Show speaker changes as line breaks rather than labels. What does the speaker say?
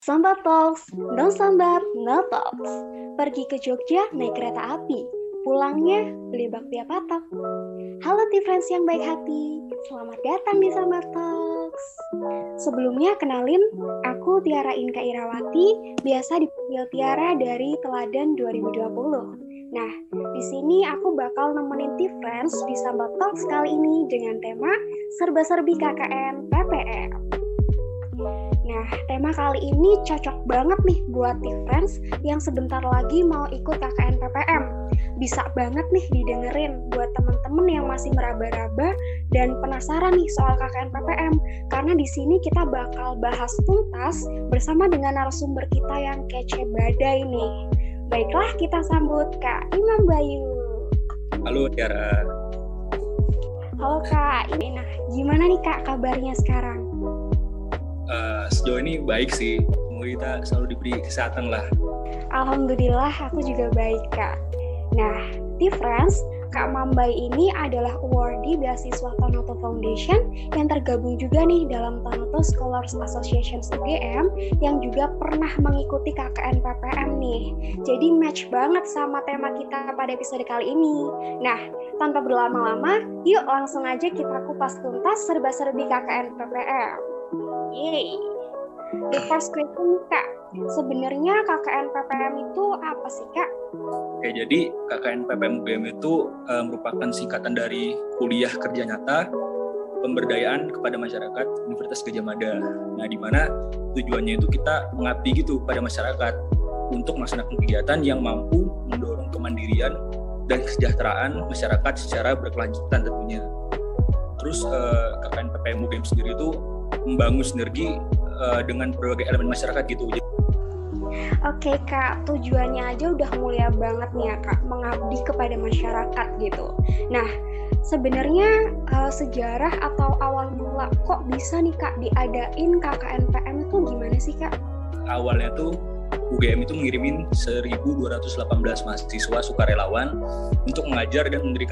Sambat Talks, no sambat, no talks. Pergi ke Jogja naik kereta api, pulangnya beli bakpia patok. Halo T-Friends yang baik hati, selamat datang di Sambat Talks. Sebelumnya kenalin, aku Tiara Inka Irawati, biasa dipanggil Tiara dari Teladan 2020. Nah, di sini aku bakal nemenin T-Friends di Sambat Talks kali ini dengan tema Serba-serbi KKN PPM. Nah, tema kali ini cocok banget nih buat T-Friends yang sebentar lagi mau ikut KKN PPM. Bisa banget nih didengerin buat teman-teman yang masih meraba-raba dan penasaran nih soal KKN PPM. Karena di sini kita bakal bahas tuntas bersama dengan narasumber kita yang kece badai nih. Baiklah, kita sambut Kak Imam Bayu.
Halo Tiara.
Halo Kak, nah gimana nih Kak kabarnya sekarang?
Sejauh ini baik sih, semoga kita selalu diberi kesehatan lah.
Alhamdulillah aku juga baik Kak. Nah, T-Friends, Kak Mambai ini adalah awardee beasiswa Tanoto Foundation yang tergabung juga nih dalam Tanoto Scholars Association UGM yang juga pernah mengikuti KKN PPM nih. Jadi match banget sama tema kita pada episode kali ini. Nah, tanpa berlama-lama, yuk langsung aja kita kupas tuntas serba-serbi KKN PPM. Yeay. The first question Kak, sebenarnya KKN PPM itu apa sih Kak?
Oke, jadi KKN PPM UGM itu merupakan singkatan dari Kuliah Kerja Nyata Pemberdayaan kepada Masyarakat Universitas Gadjah Mada. Nah, di mana tujuannya itu kita mengabdi gitu pada masyarakat untuk melaksanakan kegiatan yang mampu mendorong kemandirian dan kesejahteraan masyarakat secara berkelanjutan tentunya. Terus KKN PPM UGM sendiri itu membangun sinergi dengan berbagai elemen masyarakat gitu.
Oke Kak, tujuannya aja udah mulia banget nih ya Kak, mengabdi kepada masyarakat gitu. Nah, sebenarnya sejarah atau awal mula kok bisa nih Kak diadain KKN PPM itu gimana sih Kak?
Awalnya tuh UGM itu mengirimin 1.218 mahasiswa sukarelawan untuk mengajar dan memberikan